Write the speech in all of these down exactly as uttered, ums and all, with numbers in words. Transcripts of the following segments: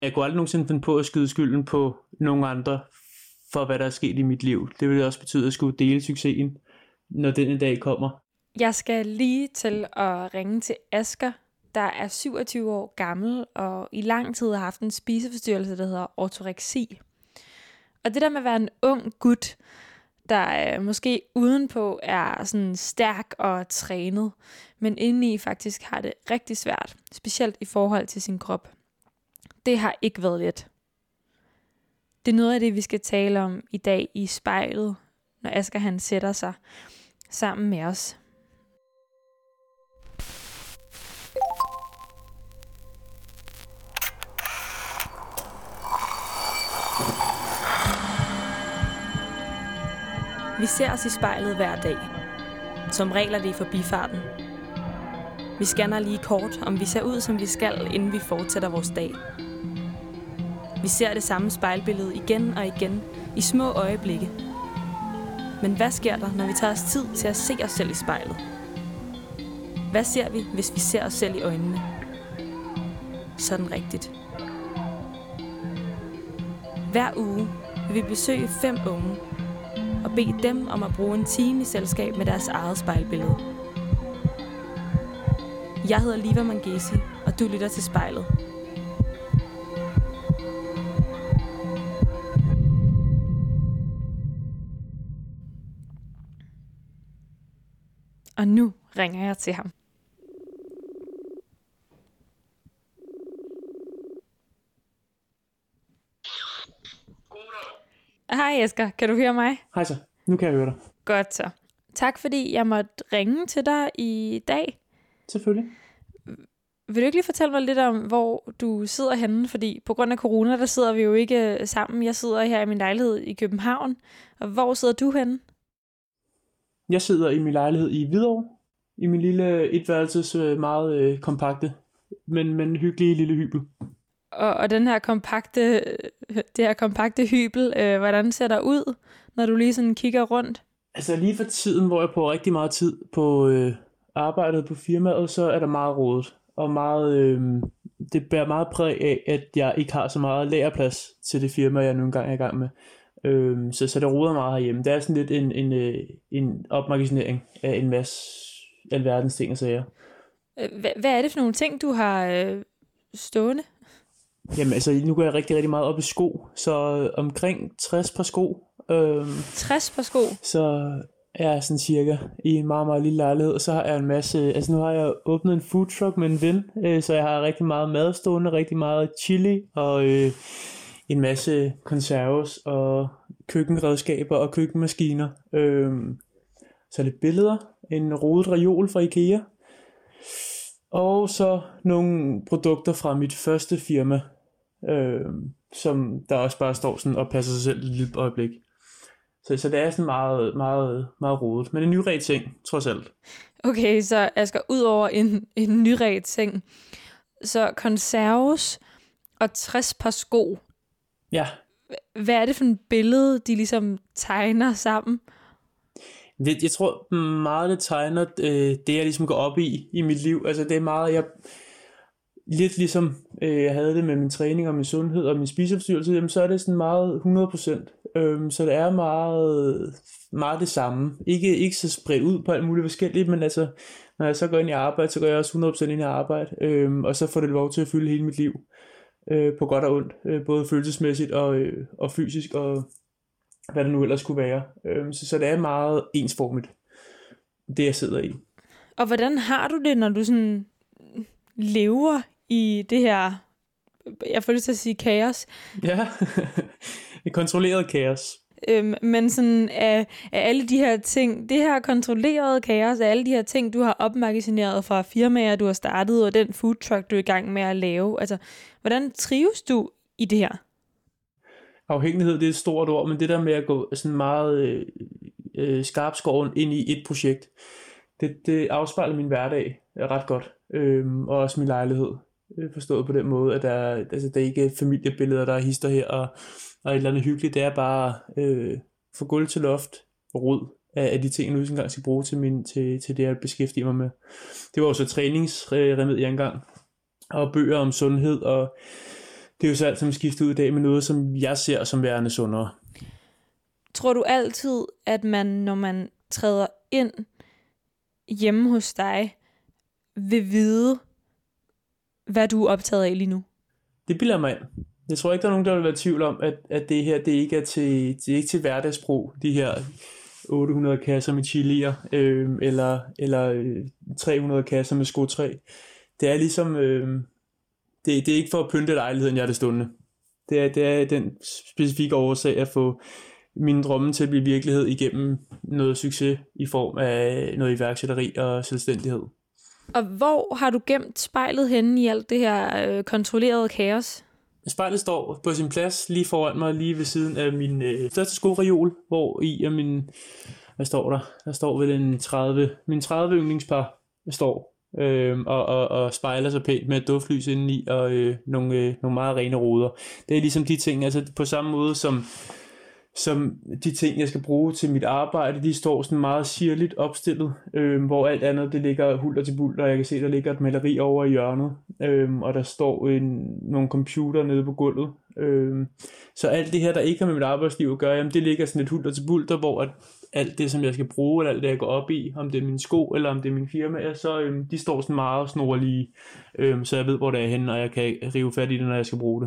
Jeg kunne aldrig nogensinde finde på at skyde skylden på nogle andre for hvad der er sket i mit liv. Det ville også betyde at jeg skulle dele succesen, når den dag kommer. Jeg skal lige til at ringe til Asger, der er syvogtyve år gammel og i lang tid har haft en spiseforstyrrelse, der hedder ortoreksi. Og det der med at være en ung gut, der måske udenpå er sådan stærk og trænet, men indeni faktisk har det rigtig svært, specielt i forhold til sin krop. Det har ikke været let. Det er noget af det, vi skal tale om i dag i spejlet, når Asger han sætter sig sammen med os. Vi ser os i spejlet hver dag. Som regel er det i forbifarten. Vi scanner lige kort, om vi ser ud, som vi skal, inden vi fortsætter vores dag. Vi ser det samme spejlbillede igen og igen, i små øjeblikke. Men hvad sker der, når vi tager os tid til at se os selv i spejlet? Hvad ser vi, hvis vi ser os selv i øjnene? Sådan rigtigt. Hver uge vil vi besøge fem unge, og bede dem om at bruge en time i selskab med deres eget spejlbillede. Jeg hedder Liva Mangesi, og du lytter til Spejlet. Og nu ringer jeg til ham. Hej Asger, kan du høre mig? Hej så, nu kan jeg høre dig. Godt så. Tak fordi jeg måtte ringe til dig i dag. Selvfølgelig. Vil du ikke lige fortælle mig lidt om, hvor du sidder henne? Fordi på grund af corona, der sidder vi jo ikke sammen. Jeg sidder her i min lejlighed i København. Og hvor sidder du henne? Jeg sidder i min lejlighed i Hvidovre. I min lille etværelses meget øh, kompakte, men, men hyggelige lille hybel. Og, og den her kompakte, det her kompakte hybel, øh, hvordan ser der ud, når du lige sådan kigger rundt? Altså lige for tiden, hvor jeg bruger rigtig meget tid på øh, arbejdet på firmaet, så er der meget rodet. Og meget, øh, det bærer meget præg af, at jeg ikke har så meget lagerplads til det firma, jeg nu engang er i gang med. Øh, så, så det roder meget herhjemme. Det er sådan lidt en, en, en, en opmagasinering af en masse alverdens ting og sager. Hvad, hvad er det for nogle ting, du har øh, stående? Jamen altså, nu går jeg rigtig, rigtig meget op i sko, så omkring tres par sko. Øhm, tres par sko? Så er jeg sådan cirka i en meget, meget lille lejlighed, og så har jeg en masse, altså nu har jeg åbnet en food truck med en ven, øh, så jeg har rigtig meget mad stående, rigtig meget chili, og øh, en masse konserves, og køkkenredskaber, og køkkenmaskiner. Øh, så lidt billeder, en rodet reol fra IKEA, og så nogle produkter fra mit første firma, øh, som der også bare står sådan og passer sig selv et lille øjeblik. Så, så det er sådan meget, meget, meget rodet. Men en nyret ting, trods alt. Okay, så jeg skal ud over en, en nyret ting. Så konserves og tres par sko. Ja. Hvad er det for et billede, de ligesom tegner sammen? Det, jeg tror meget, det tegner øh, det, jeg ligesom går op i i mit liv. Altså det er meget, jeg... Lidt ligesom øh, jeg havde det med min træning og min sundhed og min spiseforstyrrelse, jamen, så er det sådan meget hundrede procent. Øhm, så det er meget, meget det samme. Ikke, ikke så spredt ud på alt muligt forskelligt, men altså, når jeg så går ind i arbejde, så går jeg også hundrede procent ind i arbejde. Øhm, og så får det lov til at fylde hele mit liv. Øh, på godt og ondt. Øh, både følelsesmæssigt og, øh, og fysisk og hvad det nu ellers kunne være. Øhm, så, så det er meget ensformigt, det jeg sidder i. Og hvordan har du det, når du sådan lever i det her, jeg får lyst til at sige kaos? Ja, et kontrolleret kaos. Øhm, men sådan af, af alle de her ting, det her kontrollerede kaos, af alle de her ting, du har opmagasineret fra firmaer, du har startet, og den food truck, du er i gang med at lave, altså, hvordan trives du i det her? Afhængighed, det er et stort ord, men det der med at gå sådan meget øh, øh, skarpskåren ind i et projekt, det, det afspejler min hverdag ret godt, øhm, og også min lejlighed, øh, forstået på den måde, at der, altså, der er ikke familiebilleder, der er hister her, og, og et eller andet hyggeligt, det er bare øh, fra gulv til loft og rod af, af de ting, jeg nu engang skal bruge til, min, til, til det, jeg beskæftiger mig med. Det var også træningsremedier engang, og bøger om sundhed, og det er jo så alt som skiftet ud i dag med noget, som jeg ser som værende sundere. Tror du altid, at man, når man træder ind hjemme hos dig, vil vide, hvad du er optaget af lige nu? Det bilder mig ind. Jeg tror ikke, der er nogen, der vil være i tvivl om, at, at det her, det ikke er til, det er ikke til hverdagsbrug, de her otte hundrede kasser med chilier, øh, eller, eller tre hundrede kasser med skotræ. Det er ligesom, øh, det, det er ikke for at pynte lejligheden, jeg er det stående. Det er, det er den specifikke årsag at få mine drømme til at blive virkelighed igennem noget succes i form af noget iværksætteri og selvstændighed. Og hvor har du gemt spejlet henne i alt det her øh, kontrollerede kaos? Spejlet står på sin plads lige foran mig, lige ved siden af min øh, største skoreol, hvor i er min, hvad står der? Der står vel en tredive, min tredive yndlingspar står øh, og, og, og spejler sig pænt med et duftlys indeni og øh, nogle, øh, nogle meget rene ruder. Det er ligesom de ting, altså på samme måde som som de ting, jeg skal bruge til mit arbejde, de står sådan meget sirligt opstillet, øh, hvor alt andet, det ligger hulter til bulter, og jeg kan se, der ligger et maleri over i hjørnet, øh, og der står en, nogle computer nede på gulvet. Øh, så alt det her, der ikke har med mit arbejdsliv at gøre, jamen det ligger sådan et hulter til bulter, hvor at alt det, som jeg skal bruge, eller alt det, jeg går op i, om det er min sko, eller om det er min firma, så øh, de står sådan meget snorlige, øh, så jeg ved, hvor det er henne, og jeg kan rive fat i det, når jeg skal bruge det.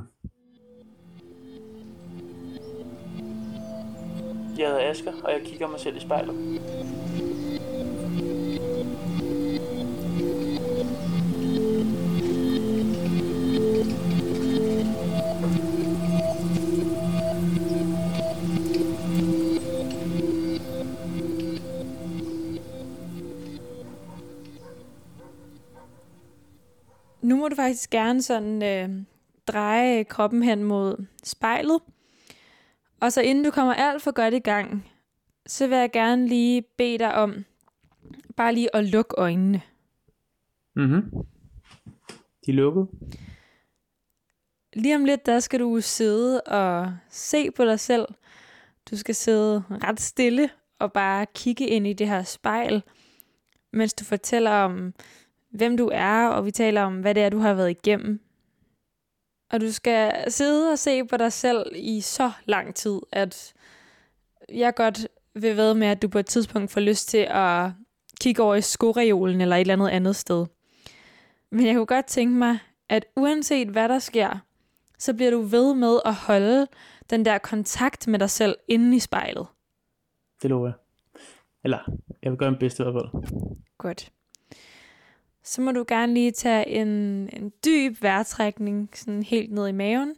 Jeg hedder Asger, og jeg kigger mig selv i spejlet. Nu må du faktisk gerne sådan øh, dreje kroppen hen mod spejlet. Og så inden du kommer alt for godt i gang, så vil jeg gerne lige bede dig om bare lige at lukke øjnene. Mhm. De er lukket. Lige om lidt, der skal du sidde og se på dig selv. Du skal sidde ret stille og bare kigge ind i det her spejl, mens du fortæller om, hvem du er, og vi taler om, hvad det er, du har været igennem. Og du skal sidde og se på dig selv i så lang tid, at jeg godt vil vædde med, at du på et tidspunkt får lyst til at kigge over i skoreolen eller et eller andet andet sted. Men jeg kunne godt tænke mig, at uanset hvad der sker, så bliver du ved med at holde den der kontakt med dig selv inde i spejlet. Det lover jeg. Eller, jeg vil gøre min bedste i hvert fald. Godt. Så må du gerne lige tage en, en dyb vejrtrækning, sådan helt ned i maven.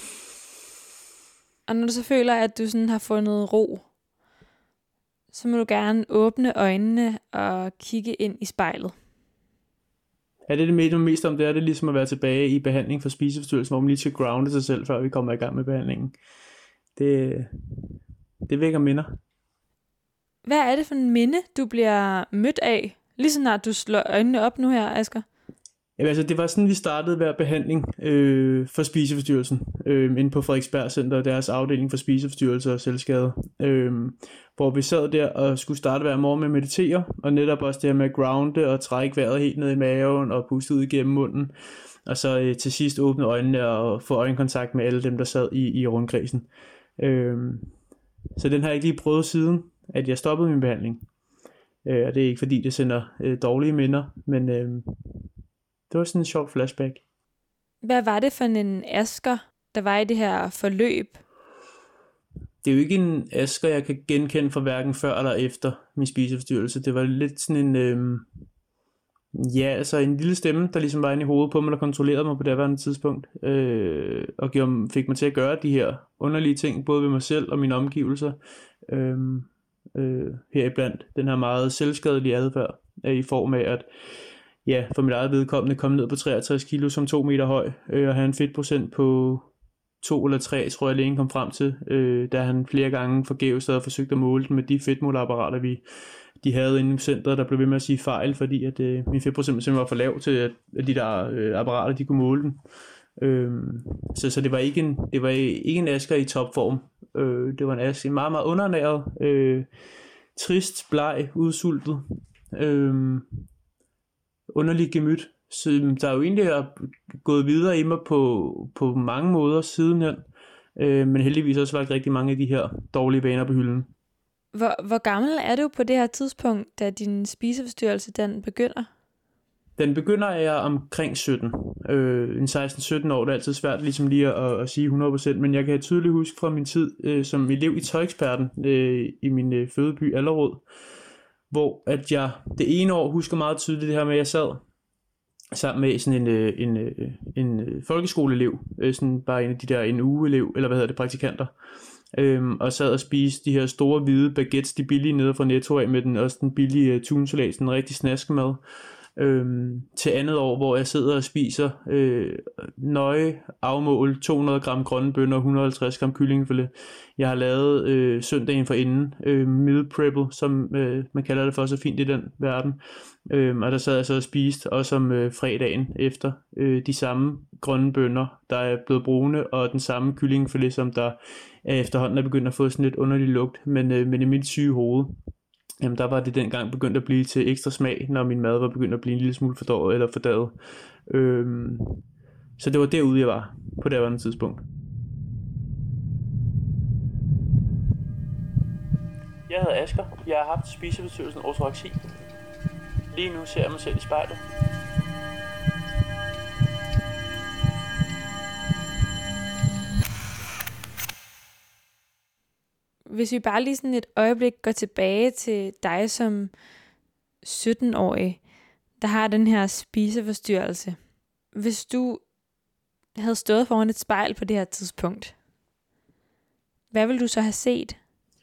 Og når du så føler, at du sådan har fundet ro, så må du gerne åbne øjnene og kigge ind i spejlet. Ja, det er det mest, mest om, det er det ligesom at være tilbage i behandling for spiseforstyrrelsen, hvor man lige skal grounde sig selv, før vi kommer i gang med behandlingen. Det, det vækker minder. Hvad er det for en minde, du bliver mødt af, lige så snart du slår øjnene op nu her, Asger? Jamen, altså, det var sådan, vi startede hver behandling øh, for spiseforstyrrelsen øh, inde på Frederiksberg Center, deres afdeling for spiseforstyrrelser og selvskade, øh, hvor vi sad der og skulle starte hver morgen med at meditere, og netop også det her med at grounde og trække vejret helt ned i maven og puste ud igennem munden, og så øh, til sidst åbne øjnene og få øjenkontakt med alle dem, der sad i, i rundkredsen. Øh, så den har jeg ikke lige prøvet siden, at jeg stoppede min behandling. Øh, og det er ikke fordi, det sender øh, dårlige minder, men øh, det var sådan en sjov flashback. Hvad var det for en Asger, der var i det her forløb? Det er jo ikke en Asger, jeg kan genkende fra hverken før eller efter min spiseforstyrrelse. Det var lidt sådan en, øh, ja, altså en lille stemme, der ligesom var inde i hovedet på mig, der kontrollerede mig på det her tidspunkt, øh, og gjorde, fik mig til at gøre de her underlige ting, både ved mig selv og mine omgivelser, øh, øh, heriblandt den her meget selvskadelige adfærd, i form af at, ja, for mit eget vedkommende komme ned på treogtres kilo som to meter høj, øh, og have en fedtprocent på to eller tre, tror jeg lægen kom frem til, øh, da han flere gange forgæves havde forsøgt at måle den med de fedtmåleapparater, vi de havde inde i centret, der blev ved med at sige fejl, fordi at øh, min fedtprocent simpelthen var for lav til, at, at de der øh, apparater, de kunne måle den. Øh, så, så det var ikke en, det var ikke en Asger i topform. Øh, det var en Asger, en meget, meget underernæret, øh, trist, bleg, udsultet, øh, underlig gemyt. Så der er jo egentlig gået videre i mig på, på mange måder sidenhen, øh, men heldigvis også lagt rigtig mange af de her dårlige vaner på hylden. Hvor, hvor gammel er du på det her tidspunkt, da din spiseforstyrrelse den begynder? Den begynder jeg omkring sytten. Øh, en seksten sytten år, det er altid svært ligesom lige at, at sige hundrede procent, men jeg kan tydeligt huske fra min tid øh, som elev i Tøjeksperten øh, i min øh, fødeby Allerød, hvor at jeg det ene år husker meget tydeligt det her med, at jeg sad sammen med sådan en, en, en, en folkeskoleelev, sådan bare en af de der en ugeelev, eller hvad hedder det, praktikanter, øhm, og sad og spiste de her store hvide baguettes, de billige nede fra Netto af, med den, også den billige tunsalat, sådan en rigtig snaskemad. Øhm, til andet år, hvor jeg sidder og spiser øh, nøje afmål to hundrede gram grønne bønner og et hundrede og halvtreds gram kyllingfilet. Jeg har lavet øh, søndagen for inden øh, meal preppet, som øh, man kalder det for så fint i den verden. Øhm, og der sad jeg så og spiste også om øh, fredagen efter øh, de samme grønne bønner, der er blevet brune, og den samme kyllingfilet, som der er efterhånden er begyndt at få sådan lidt underlig lugt, men, øh, men i mit syge hoved, jamen der var det dengang begyndt at blive til ekstra smag, når min mad var begyndt at blive en lille smule fordåret eller fordaget. Øhm, så det var derude jeg var på det andet tidspunkt. Jeg hedder Asger. Jeg har haft spiseforstyrrelsen ortoreksi. Lige nu ser jeg mig selv i spejlet. Hvis vi bare lige sådan et øjeblik går tilbage til dig som sytten-årig, der har den her spiseforstyrrelse. Hvis du havde stået foran et spejl på det her tidspunkt, hvad ville du så have set?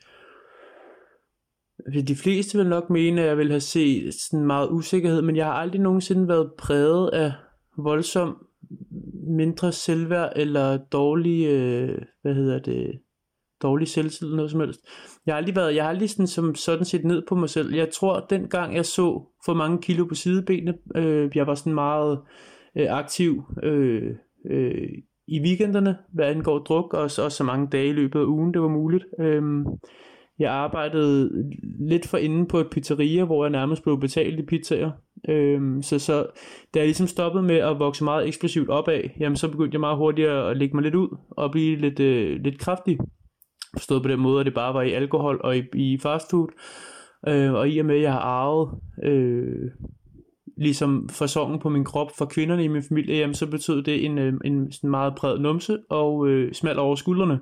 De fleste vil nok mene, at jeg ville have set sådan meget usikkerhed, men jeg har aldrig nogensinde været præget af voldsom mindre selvværd eller dårlig, øh, hvad hedder det, dårlig selvtillid eller noget som helst. Jeg har aldrig været, jeg har aldrig sådan, som sådan set ned på mig selv. Jeg tror, at dengang jeg så for mange kilo på sidebenene, øh, jeg var sådan meget øh, aktiv øh, øh, i weekenderne, hvad angår druk, og også så mange dage i løbet af ugen, det var muligt. Øh, jeg arbejdede lidt for inde på et pizzeria, hvor jeg nærmest blev betalt i pizzaer. Øhm, så, så da jeg ligesom stoppede med at vokse meget eksplosivt opad, jamen så begyndte jeg meget hurtigt at lægge mig lidt ud og blive lidt, øh, lidt kraftig. Forstået på den måde, at det bare var i alkohol og i, i fastfood. Øh, og i og med, at jeg har arvet øh, ligesom fasongen på min krop fra kvinderne i min familie, jamen så betød det en, en, en sådan meget bred numse og øh, smal over skuldrene.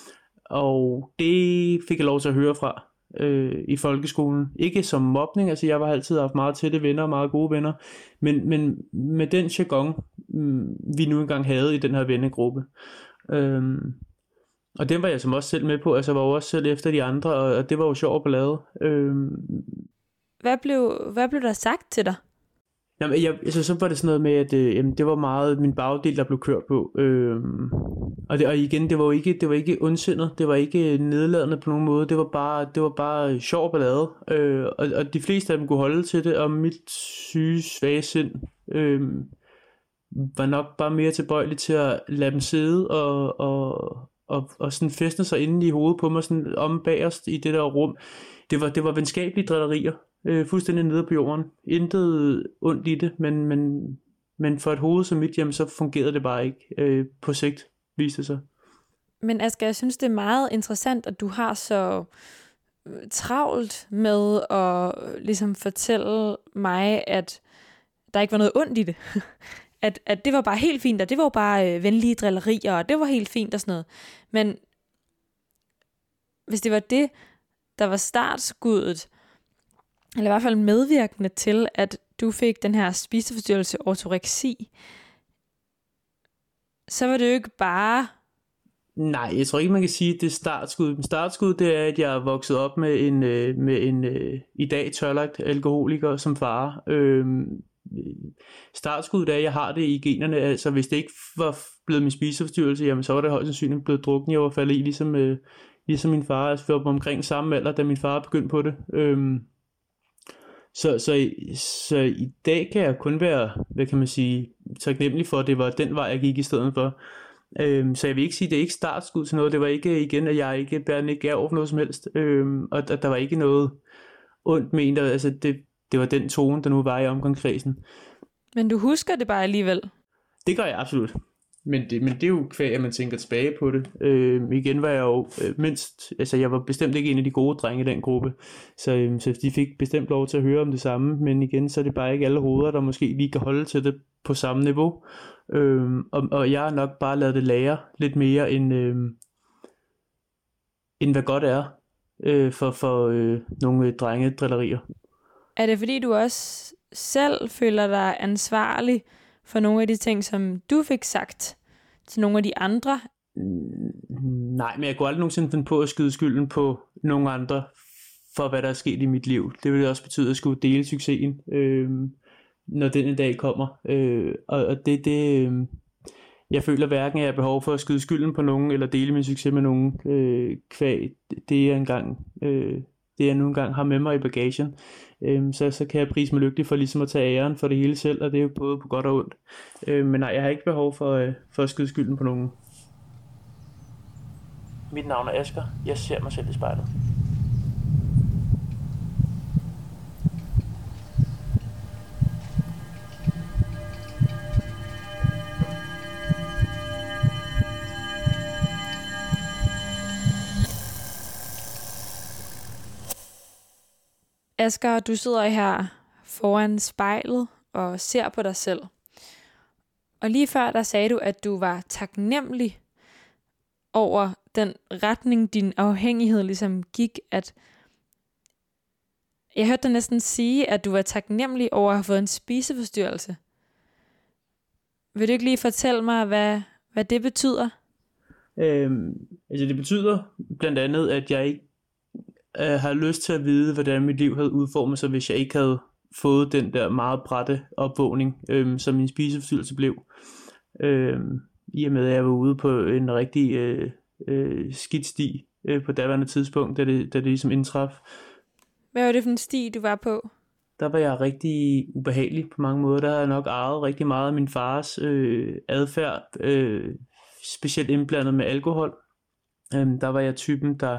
Og det fik jeg lov til at høre fra øh, i folkeskolen. Ikke som mobning, altså jeg var altid haft meget tætte venner og meget gode venner, men, men med den jargon, mm, vi nu engang havde i den her vennegruppe. Øhm, og den var jeg som også selv med på, altså var også selv efter de andre, og, og det var jo sjovt ballade. Øhm, hvad, blev, hvad blev der sagt til dig? Jamen, jeg, altså, så var det sådan noget med, at øh, jamen, det var meget min bagdel, der blev kørt på. Øhm, og, det, og igen, det var jo ikke, det var ikke ondsindet, det var ikke nedladende på nogen måde, det var bare, det var bare sjov ballade. Øh, og, og de fleste af dem kunne holde til det, og mit syge, svage sind øh, var nok bare mere tilbøjelig til at lade dem sidde og, og, og, og sådan fæstne sig inde i hovedet på mig, sådan om bagerst i det der rum. Det var, det var venskabelige drillerier. Øh, fuldstændig nede på jorden. Intet ondt i det, men, men, men for et hoved som mit, jamen, så fungerede det bare ikke øh, på sigt, viste det sig. Men Asger, jeg synes, det er meget interessant, at du har så travlt med at ligesom fortælle mig, at der ikke var noget ondt i det. at, at det var bare helt fint, og det var bare øh, venlige drillerier, og det var helt fint og sådan noget. Men hvis det var det, der var startskuddet, eller i hvert fald medvirkende til, at du fik den her spiseforstyrrelse ortoreksi, så var det jo ikke bare... Nej, jeg tror ikke, man kan sige, at det er startskud. Men startskud, det er, at jeg er vokset op med en, med en i dag tørlagt alkoholiker som far. Øhm, startskud er, at jeg har det i generne. Altså, hvis det ikke var blevet min spiseforstyrrelse, jamen, så var det højst sandsynligt blevet drukket. Jeg var faldet i, ligesom, øh, ligesom min far. Altså, vi var omkring samme alder, da min far begyndte på det. Øhm, Så, så, så i dag kan jeg kun være, hvad kan man sige, taknemmelig for, at det var den vej, jeg gik i stedet for. Øhm, så jeg vil ikke sige, at det er ikke startskud til noget. Det var ikke igen, at jeg ikke bærer ikke gav over for noget som helst. Øhm, og at der var ikke noget ondt med en, der, altså det, det var den tone, der nu var i omgangskredsen. Men du husker det bare alligevel? Det gør jeg absolut. Men det, men det er jo kvæg, at man tænker tilbage på det. Øh, igen var jeg jo øh, mindst, altså jeg var bestemt ikke en af de gode drenge i den gruppe, så, øh, så de fik bestemt lov til at høre om det samme, men igen, så er det bare ikke alle hoveder, der måske lige kan holde til det på samme niveau. Øh, og, og jeg har nok bare lavet det lære lidt mere, end, øh, end hvad godt er øh, for, for øh, nogle øh, drengedrillerier. Er det fordi, du også selv føler dig ansvarlig for nogle af de ting, som du fik sagt til nogle af de andre? Nej, men jeg kunne aldrig nogensinde finde på at skyde skylden på nogle andre for, hvad der er sket i mit liv. Det ville også betyde, at jeg skulle dele succesen, øh, når den en dag kommer. Øh, og, og det, det øh, jeg føler hverken, at jeg har behov for at skyde skylden på nogen, eller dele min succes med nogen øh, kvæg. Det er engang... Øh, det jeg nu engang har med mig i bagagen, øhm, så, så kan jeg prise mig lykkelig for ligesom at tage æren for det hele selv, og det er jo både på godt og ondt. Øhm, men nej, jeg har ikke behov for, øh, for at skyde skylden på nogen. Mit navn er Asger. Jeg ser mig selv i spejlet. Asger, du sidder her foran spejlet og ser på dig selv. Og lige før der sagde du, at du var taknemmelig over den retning, din afhængighed ligesom gik. At jeg hørte dig næsten sige, at du var taknemmelig over at have fået en spiseforstyrrelse. Vil du ikke lige fortælle mig, hvad, hvad det betyder? Øhm, altså det betyder blandt andet, at jeg ikke øh, har lyst til at vide, hvordan mit liv havde udformet sig, hvis jeg ikke havde fået den der meget bratte opvågning, øh, som min spiseforstyrrelse blev. Øh, I og med, at jeg var ude på en rigtig øh, øh, skidt sti øh, på daværende tidspunkt, da det, da det ligesom indtraf. Hvad var det for en sti, du var på? Der var jeg rigtig ubehagelig på mange måder. Der havde jeg nok ejet rigtig meget af min fars øh, adfærd, øh, specielt indblandet med alkohol. Øh, der var jeg typen, der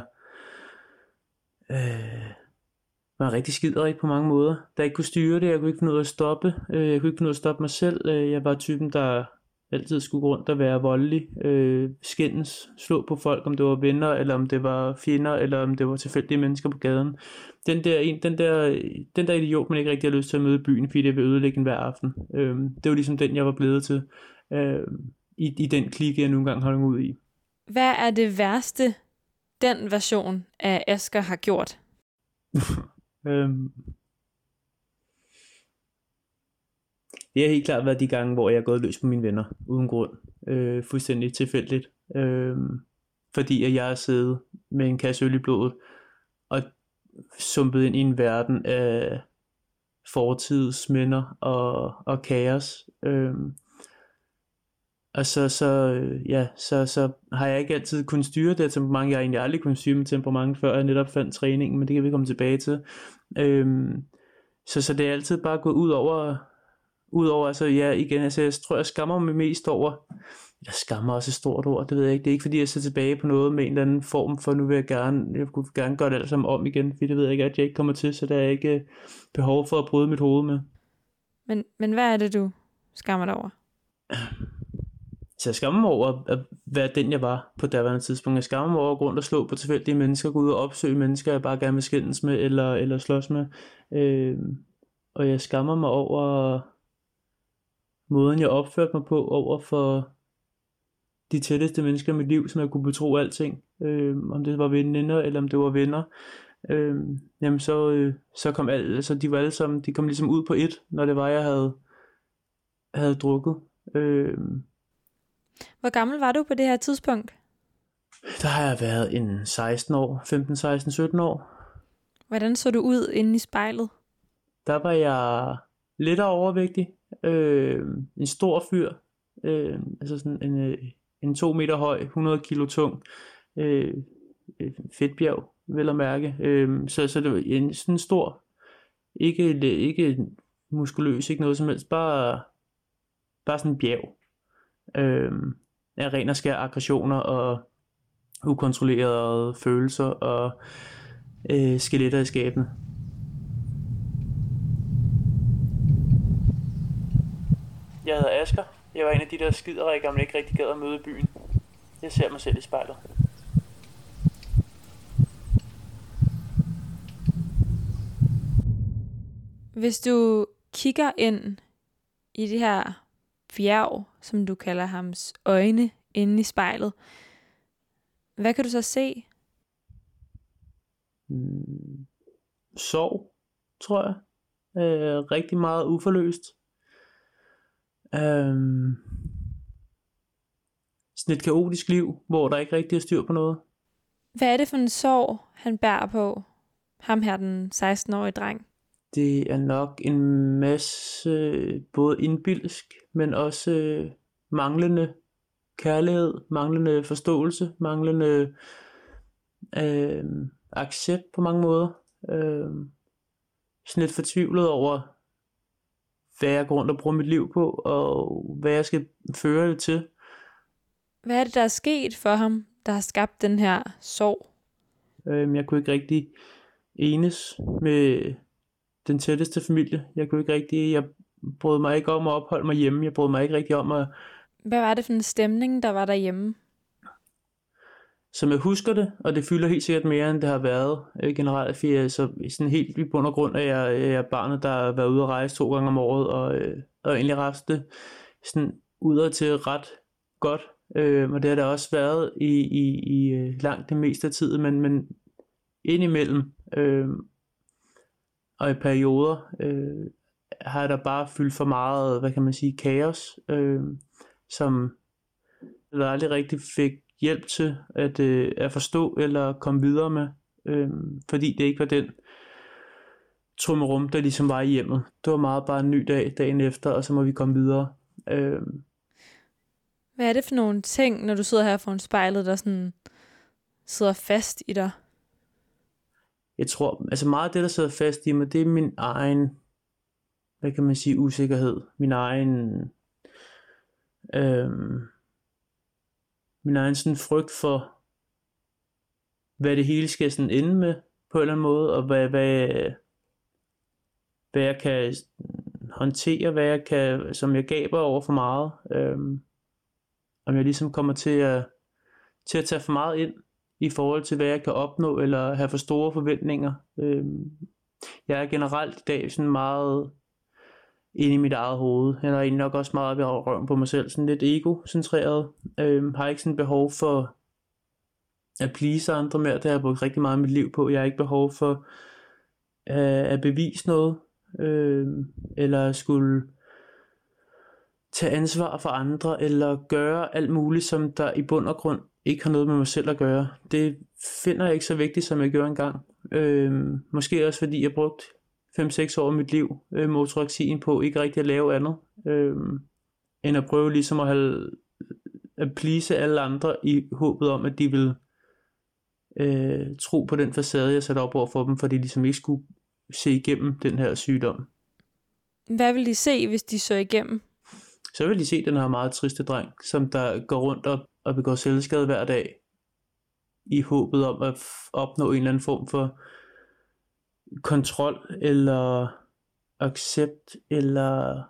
øh, var rigtig skiderig på mange måder. Der ikke kunne styre det, jeg kunne ikke finde ud af at stoppe. Øh, jeg kunne ikke finde ud af at stoppe mig selv. Øh, jeg var typen, der altid skulle gå rundt og være voldelig, øh, skændes, slå på folk, om det var venner, eller om det var fjender, eller om det var tilfældige mennesker på gaden. Den der, en, den der, den der idiot, man ikke rigtig har lyst til at møde i byen, fordi det vil ødelægge en hver aften. Øh, det var ligesom den, jeg var blevet til, øh, i, i den klikke, jeg nogle gange holdt ud i. Hvad er det værste, den version af Asger har gjort? øhm, Det har helt klart været de gange, hvor jeg er gået løs på mine venner, uden grund, øh, fuldstændig tilfældigt, øh, fordi at jeg er siddet med en kasse øl i blodet, og sumpet ind i en verden af fortidsminder og, og kaos, øh, og så, så, ja, så, så har jeg ikke altid kunnet styre det temperament. Jeg har egentlig aldrig kunnet styre mit temperament, før jeg netop fandt træningen, men det kan vi komme tilbage til. Øh, så, så det er altid bare gået ud over... Udover, altså ja, igen, altså jeg tror, jeg skammer mig mest over, jeg skammer også et stort ord, det ved jeg ikke, det er ikke fordi, jeg ser tilbage på noget med en eller anden form, for nu vil jeg gerne, jeg kunne gerne gøre det alt sammen om igen, fordi det ved jeg ikke, at jeg ikke kommer til, så der er ikke behov for at bryde mit hoved med. Men, men hvad er det, du skammer dig over? Så jeg skammer mig over at være den, jeg var på daværende tidspunkt. Jeg skammer mig over at gå rundt og slå på tilfældige mennesker, gå ud og opsøge mennesker, jeg bare gerne vil skændes med, eller, eller slås med. Øh, og jeg skammer mig over måden, jeg opførte mig på over for de tætteste mennesker i mit liv, som jeg kunne betro alting. Øh, om det var veninder, eller om det var venner. Øh, jamen så, øh, så kom alle, altså de var alle sammen, de kom ligesom ud på et, når det var, jeg havde, havde drukket. Øh, Hvor gammel var du på det her tidspunkt? Der har jeg været en seksten år, femten, seksten, sytten år. Hvordan så du ud inde i spejlet? Der var jeg lidt overvægtig. Øh, en stor fyr, øh, altså sådan en, en to meter høj, hundrede kilo tung, øh, fedtbjerg, vel at mærke. Øh, så, så det var en sådan stor, ikke, ikke muskuløs, ikke noget som helst, bare, bare sådan en bjerg. Øh, af ren og skær aggressioner og ukontrollerede følelser og øh, skeletter i skabene. Jeg hedder Asger. Jeg var en af de der skiderikker, man ikke rigtig gad at møde i byen. Jeg ser mig selv i spejlet. Hvis du kigger ind i det her bjerg, som du kalder hans øjne inde i spejlet, hvad kan du så se? Mm, sorg, tror jeg. Øh, rigtig meget uforløst. Øhm, sådan et kaotisk liv, hvor der ikke rigtig er styr på noget. Hvad er det for en sorg, han bærer på? Ham her, den seksten-årige dreng. Det er nok en masse både indbilsk, men også øh, manglende kærlighed, manglende forståelse, manglende øh, accept på mange måder. Øh, sådan lidt fortvivlet over, hvad jeg går rundt og bruger mit liv på, og hvad jeg skal føre det til. Hvad er det, der er sket for ham, der har skabt den her sorg? Øh, jeg kunne ikke rigtig enes med den tætteste familie. Jeg kunne ikke rigtig, jeg brød mig ikke om at opholde mig hjemme. Jeg brød mig ikke rigtig om at... Hvad var det for en stemning, der var derhjemme? Som jeg husker det, og det fylder helt sikkert mere, end det har været øh, generelt, fordi jeg så sådan helt i bund og grund, at jeg, jeg er barnet, der har været ude at rejse to gange om året, og, øh, og egentlig haft det sådan udad til ret godt, øh, og det har det også været i, i, i øh, langt det meste af tiden, men, men indimellem, øh, og i perioder, øh, har der bare fyldt for meget, hvad kan man sige, kaos, øh, som jeg aldrig rigtig fik hjælp til at, øh, at forstå eller komme videre med, øh, fordi det ikke var den trummerum, der ligesom var i hjemmet. Det var meget bare en ny dag, dagen efter, og så må vi komme videre. Øh. Hvad er det for nogle ting, når du sidder her foran spejlet, der sådan sidder fast i dig? Jeg tror, altså meget af det, der sidder fast i mig, det er min egen, hvad kan man sige, usikkerhed. Min egen, øh, min egen sådan frygt for, hvad det hele skal sådan ende med, på en eller anden måde, og hvad, hvad, hvad jeg kan håndtere, hvad jeg kan, som jeg gaber over for meget. Øhm, om jeg ligesom kommer til at, til at tage for meget ind, i forhold til, hvad jeg kan opnå, eller have for store forventninger. Øhm, jeg er generelt i dag sådan meget inde i mit eget hoved. Jeg er egentlig nok også meget ved at røve på mig selv, sådan lidt ego-centreret. Øhm, har ikke sådan behov for at please andre mere. Det har jeg brugt rigtig meget af mit liv på. Jeg har ikke behov for øh, at bevise noget, øh, eller skulle tage ansvar for andre, eller gøre alt muligt, som der i bund og grund ikke har noget med mig selv at gøre. Det finder jeg ikke så vigtigt, som jeg gjorde engang. Øh, måske også fordi jeg brugte fem seks år af mit liv øh, motoraksien på ikke rigtig at lave andet, øh, end at prøve ligesom at, have, at please alle andre i håbet om, at de vil øh, tro på den facade, jeg satte op over for dem, for de ligesom ikke skulle se igennem den her sygdom. Hvad vil de se, hvis de så igennem? Så vil de se den her meget triste dreng, som der går rundt og, og begår selvskade hver dag, i håbet om at f- opnå en eller anden form for kontrol, eller accept, eller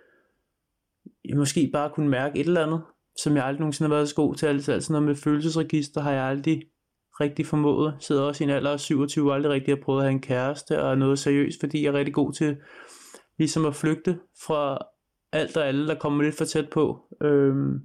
måske bare kunne mærke et eller andet, som jeg aldrig nogensinde har været så god til. Altså, altså noget med følelsesregister har jeg aldrig rigtig formået. Jeg sidder også i en alder af syvogtyve og aldrig rigtig har prøvet at have en kæreste og noget seriøst, fordi jeg er rigtig god til ligesom at flygte fra alt og alle, der kommer lidt for tæt på. Øhm.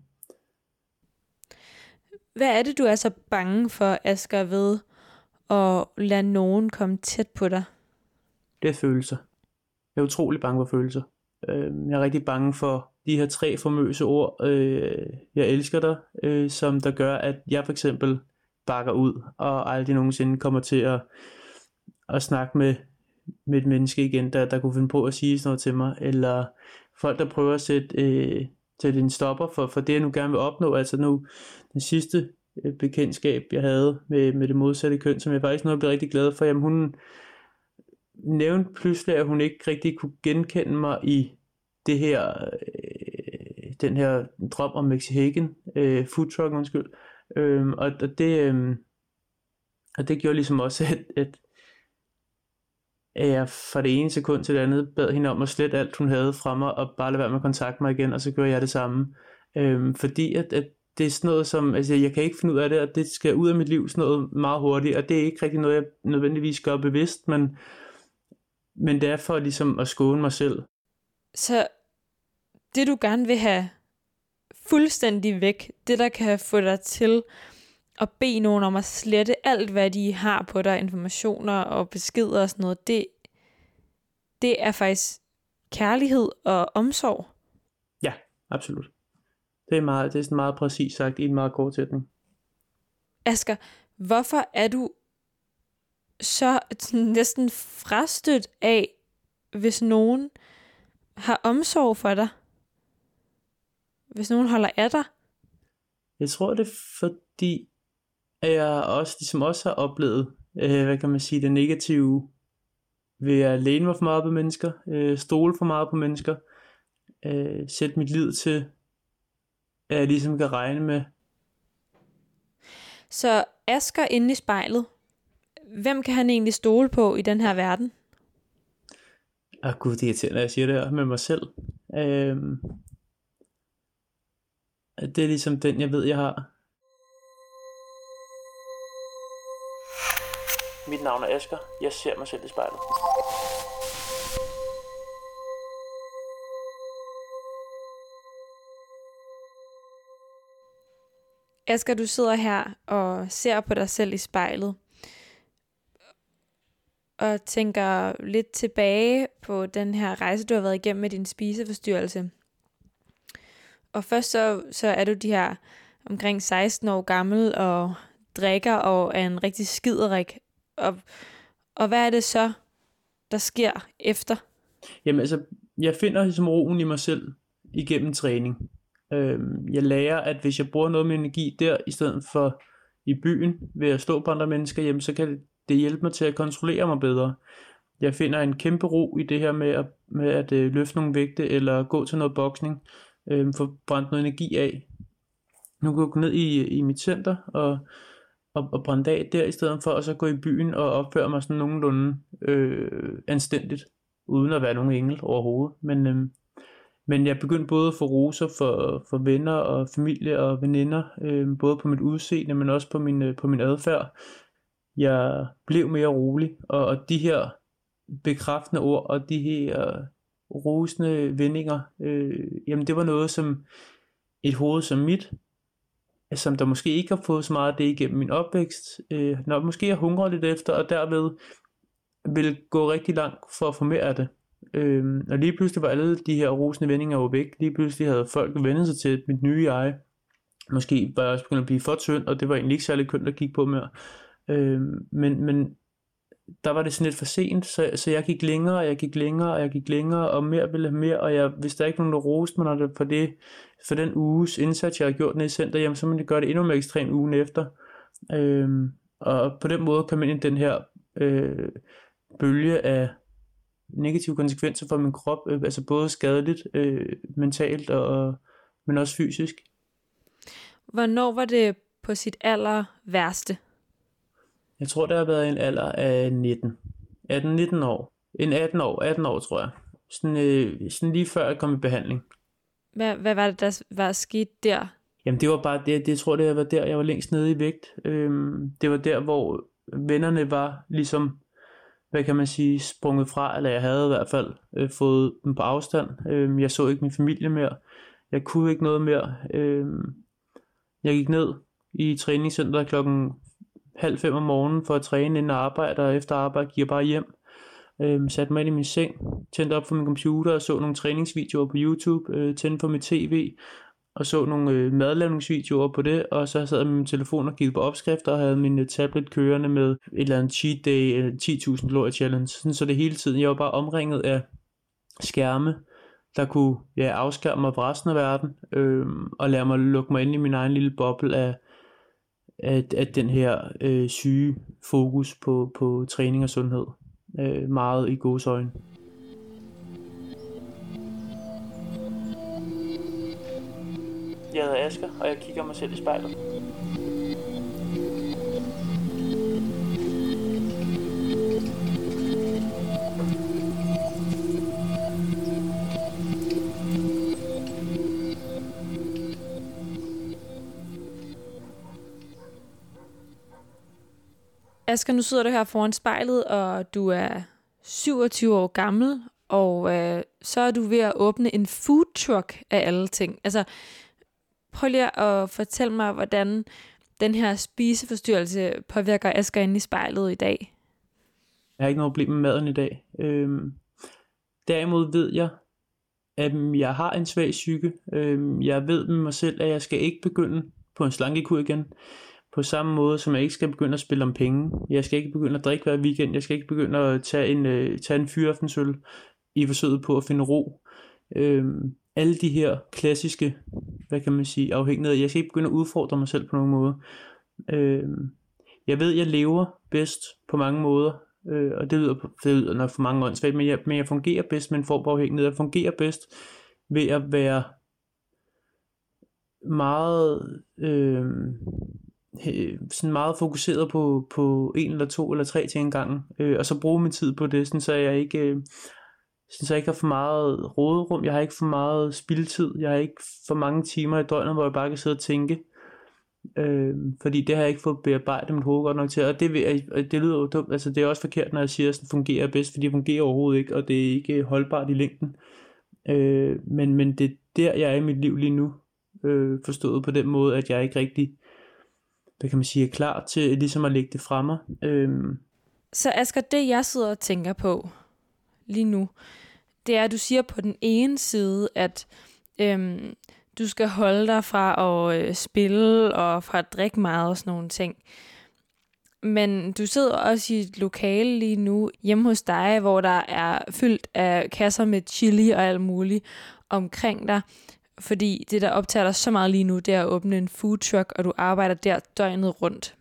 Hvad er det, du er så bange for, Asger, ved at lade nogen komme tæt på dig? Det er følelser. Jeg er utrolig bange for følelser. Øhm, jeg er rigtig bange for de her tre famøse ord, øh, jeg elsker dig, øh, som der gør, at jeg for eksempel bakker ud, og aldrig nogensinde kommer til at, at snakke med, med et menneske igen, der, der kunne finde på at sige sådan noget til mig, eller folk, der prøver at sætte, øh, sætte en stopper for, for det, jeg nu gerne vil opnå. Altså nu, den sidste øh, bekendtskab, jeg havde med, med det modsatte køn, som jeg faktisk nu er blevet rigtig glad for, jamen hun nævnte pludselig, at hun ikke rigtig kunne genkende mig i det her, øh, den her drøm om Mexican, øh, food truck, undskyld. Øhm, og, og, det, øhm, og det gjorde ligesom også, at, at at jeg fra det ene sekund til det andet bad hende om at slette alt, hun havde fra mig, og bare lade være med at kontakte mig igen, og så gjorde jeg det samme. Øhm, fordi at, at det er sådan noget som, altså jeg kan ikke finde ud af det, og det skal ud af mit liv sådan noget meget hurtigt, og det er ikke rigtig noget, jeg nødvendigvis gør bevidst, men, men det er for ligesom at skåne mig selv. Så det du gerne vil have fuldstændig væk, det der kan få dig til at bede nogen om at slette alt, hvad de har på dig, informationer og beskeder og sådan noget, det, det er faktisk kærlighed og omsorg. Ja, absolut. Det er, meget, det er sådan meget præcis sagt i en meget kort sætning. Asger, hvorfor er du så næsten frastødt af, hvis nogen har omsorg for dig? Hvis nogen holder af dig? Jeg tror, det er fordi, at jeg også, ligesom også har oplevet, øh, hvad kan man sige, det negative ved at læne mig for meget på mennesker, øh, stole for meget på mennesker, øh, sætte mit liv til, at jeg ligesom kan regne med. Så Asger inde i spejlet, hvem kan han egentlig stole på i den her verden? Åh gud, det er irriterende, at jeg siger det her med mig selv. Øh, det er ligesom den, jeg ved, jeg har. Mit navn er Asger. Jeg ser mig selv i spejlet. Asger, du sidder her og ser på dig selv i spejlet. Og tænker lidt tilbage på den her rejse, du har været igennem med din spiseforstyrrelse. Og først så, så er du de her omkring seksten år gammel og drikker og er en rigtig skiderik. Og, og hvad er det så, der sker efter? Jamen altså, jeg finder ligesom roen i mig selv igennem træning. Øhm, jeg lærer, at hvis jeg bruger noget med energi der, i stedet for i byen, ved at stå på andre mennesker, jamen, så kan det hjælpe mig til at kontrollere mig bedre. Jeg finder en kæmpe ro i det her med at, med at øh, løfte nogle vægte, eller gå til noget boksning, øh, få brændt noget energi af. Nu kan jeg gå ned i, i mit center, og Og, og brænde af der, i stedet for at så gå i byen og opføre mig sådan nogenlunde øh, anstændigt, uden at være nogen engel overhovedet. Men, øh, men jeg begyndte både at få roser for, for venner og familie og veninder, øh, både på mit udseende, men også på min, øh, på min adfærd. Jeg blev mere rolig, og, og de her bekræftende ord, og de her rosende vendinger, øh, jamen det var noget, som et hoved som mit, som der måske ikke har fået så meget af det igennem min opvækst, øh, når måske jeg hungrer lidt efter, og derved vil gå rigtig langt for at få mere af det. Øh, og lige pludselig var alle de her rosende vendinger jo væk. Lige pludselig havde folk vendt sig til mit nye jeg. Måske var jeg også begyndt at blive for tynd, og det var egentlig ikke særlig kønt at kigge på mere. Øh, men, men der var det sådan lidt for sent, så, så jeg gik længere, og jeg gik længere, og jeg gik længere, og mere ville have mere, og jeg, hvis der ikke nogen, der roste mig for, det, for den uges indsats, jeg har gjort nede i center, jamen, så må jeg gøre det endnu mere ekstremt ugen efter. Øhm, og på den måde kom jeg ind i den her øh, bølge af negative konsekvenser for min krop, øh, altså både skadeligt, øh, mentalt, og, men også fysisk. Hvornår var det på sit aller værste? Jeg tror, det har været en alder af nitten. atten nitten år. En atten år, atten år tror jeg. Sådan, øh, sådan lige før jeg kom i behandling. Hvad, hvad var det, der var sket der? Jamen det var bare det, det jeg tror det var der, jeg var længst nede i vægt. Øhm, det var der, hvor vennerne var ligesom, hvad kan man sige, sprunget fra, eller jeg havde i hvert fald øh, fået dem på afstand. Øhm, jeg så ikke min familie mere. Jeg kunne ikke noget mere. Øhm, jeg gik ned i træningscenteret klokken halv fem om morgenen for at træne inden arbejde, og efter arbejde gik jeg bare hjem. Øhm, satte mig ind i min seng, tændte op for min computer og så nogle træningsvideoer på YouTube, øh, tændte på mit tv og så nogle øh, madlavningsvideoer på det, og så sad jeg med min telefon og kiggede på opskrifter og havde min øh, tablet kørende med et eller andet cheat day, øh, ti tusind kalorier challenge, sådan så det hele tiden, jeg var bare omringet af skærme, der kunne ja, afskærme mig fra resten af verden, øh, og lade mig lukke mig ind i min egen lille boble af at, at den her øh, syge fokus på, på træning og sundhed, øh, meget i gåseøjne. Jeg hedder Asger, og jeg kigger mig selv i spejlet. Asger, nu sidder du her foran spejlet, og du er syvogtyve år gammel, og øh, så er du ved at åbne en food truck af alle ting. Altså, prøv lige at fortælle mig, hvordan den her spiseforstyrrelse påvirker Asger inde i spejlet i dag. Jeg har ikke noget problem med maden i dag. Øhm, derimod ved jeg, at jeg har en svag psyke. Øhm, jeg ved med mig selv, at jeg skal ikke begynde på en slankekur igen. På samme måde, som jeg ikke skal begynde at spille om penge. Jeg skal ikke begynde at drikke hver weekend. Jeg skal ikke begynde at tage en, øh, tage en fyraftensøl i forsøget på at finde ro. Øhm, alle de her klassiske, hvad kan man sige, afhængigheder. Jeg skal ikke begynde at udfordre mig selv på nogen måde. Øhm, jeg ved, jeg lever bedst på mange måder. Øh, og det lyder, det lyder nok for mange åndssvagt, men jeg, men jeg fungerer bedst med en form for afhængighed. Jeg fungerer bedst ved at være meget øh, sådan meget fokuseret på, på en eller to eller tre ting ad gangen, øh, og så bruge min tid på det, sådan, så jeg ikke øh, sådan, så jeg ikke har for meget råderum, jeg har ikke for meget spildtid, jeg har ikke for mange timer i døgnet, hvor jeg bare kan sidde og tænke, øh, fordi det har jeg ikke fået bearbejdet mit hoved godt nok til, og det, det, det lyder jo dumt, altså det er også forkert, når jeg siger, at det fungerer bedst, fordi det fungerer overhovedet ikke, og det er ikke holdbart i længden, øh, men, men det er der, jeg er i mit liv lige nu, øh, forstået på den måde, at jeg ikke rigtig, hvad kan man sige, er klar til ligesom at lægge det fra mig. Øhm. Så Asger, det jeg sidder og tænker på lige nu, det er, at du siger på den ene side, at øhm, du skal holde dig fra at øh, spille og fra at drikke meget og sådan nogle ting. Men du sidder også i et lokale lige nu hjemme hos dig, hvor der er fyldt af kasser med chili og alt muligt omkring dig. Fordi det, der optager dig så meget lige nu, det er at åbne en food truck, og du arbejder der døgnet rundt.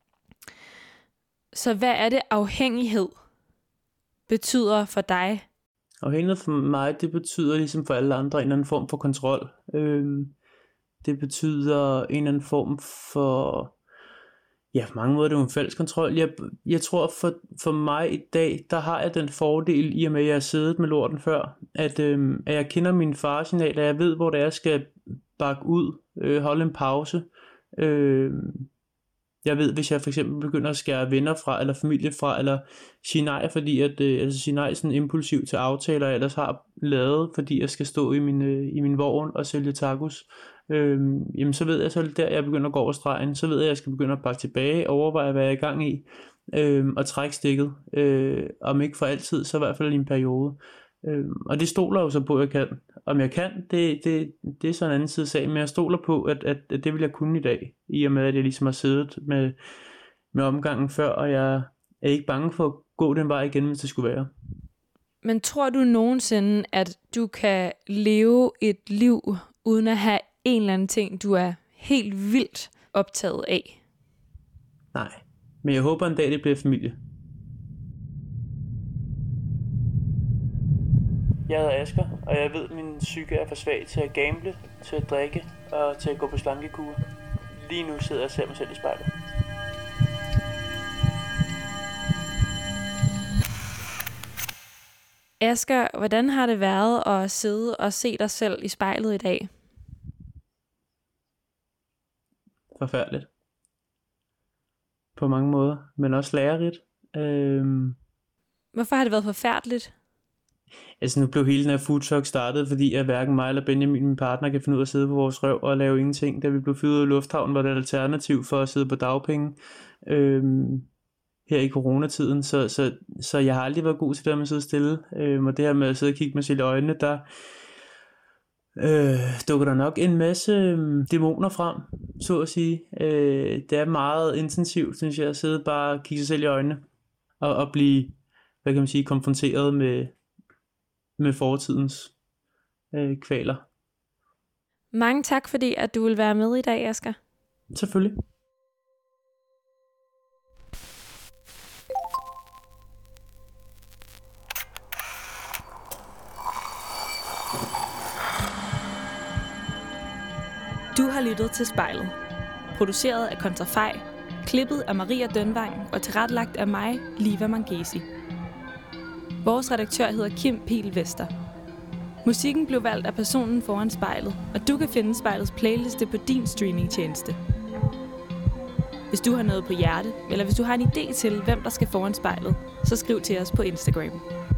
Så hvad er det, afhængighed betyder for dig? Afhængighed for mig, det betyder ligesom for alle andre en eller anden form for kontrol. Øhm, det betyder en eller anden form for, ja, på mange måder det er jo en fælles kontrol. Jeg, jeg tror for, for mig i dag, der har jeg den fordel, i og med at jeg har siddet med lorten før, at, øhm, at jeg kender mine faresignaler, jeg ved, hvor det er, jeg skal bakke ud, øh, holde en pause. Øh, jeg ved, hvis jeg for eksempel begynder at skære venner fra, eller familie fra, eller sige nej, fordi at, øh, altså sige nej sådan impulsivt til aftaler, jeg ellers har lavet, fordi jeg skal stå i min, øh, i min vogn og sælge tacos, Øhm, jamen så ved jeg så der jeg begynder at gå over stregen, så ved jeg at jeg skal begynde at pakke tilbage, overveje hvad jeg er i gang i, øhm, og trække stikket, øh, om ikke for altid, så i hvert fald i en periode, øhm, og det stoler jo så på at jeg kan. Om jeg kan, det, det, det er så en anden side sag, men jeg stoler på at, at, at det vil jeg kunne i dag, i og med at jeg ligesom har siddet med, med omgangen før, og jeg er ikke bange for at gå den vej igen, hvis det skulle være. Men tror du nogensinde at du kan leve et liv uden at have en eller anden ting, du er helt vildt optaget af? Nej, men jeg håber en dag, det bliver familie. Jeg hedder Asger, og jeg ved, at min psyke er for svag til at gamble, til at drikke og til at gå på slankekur. Lige nu sidder jeg og ser mig selv i spejlet. Asger, hvordan har det været at sidde og se dig selv i spejlet i dag? Forfærdeligt. På mange måder, men også lærerigt. Øhm... Hvorfor har det været forfærdeligt? Altså nu blev hele den her food truck startet, fordi at hverken mig eller Benjamin, min partner, kan finde ud af at sidde på vores røv og lave ingenting. Da vi blev fyret ud af lufthavnen, var det et alternativ for at sidde på dagpenge øhm, her i coronatiden. Så, så, så jeg har aldrig været god til det med at sidde stille. Øhm, og det her med at sidde og kigge mig selv i øjnene, der øh, dukker der nok en masse øh, dæmoner frem, så at sige. Øh, det er meget intensivt, synes jeg, at sidde bare og kigge sig selv i øjnene og, og blive, hvad kan man sige, konfronteret med med fortidens øh, kvaler. Mange tak, fordi at du vil være med i dag, Asger. Selvfølgelig. Du har lyttet til Spejlet. Produceret af Kontrafej, klippet af Maria Dønvang og tilrettelagt af mig, Liva Mangesi. Vores redaktør hedder Kim Pihl Vester. Musikken blev valgt af personen foran spejlet, og du kan finde spejlets playliste på din streamingtjeneste. Hvis du har noget på hjerte, eller hvis du har en idé til, hvem der skal foran spejlet, så skriv til os på Instagram.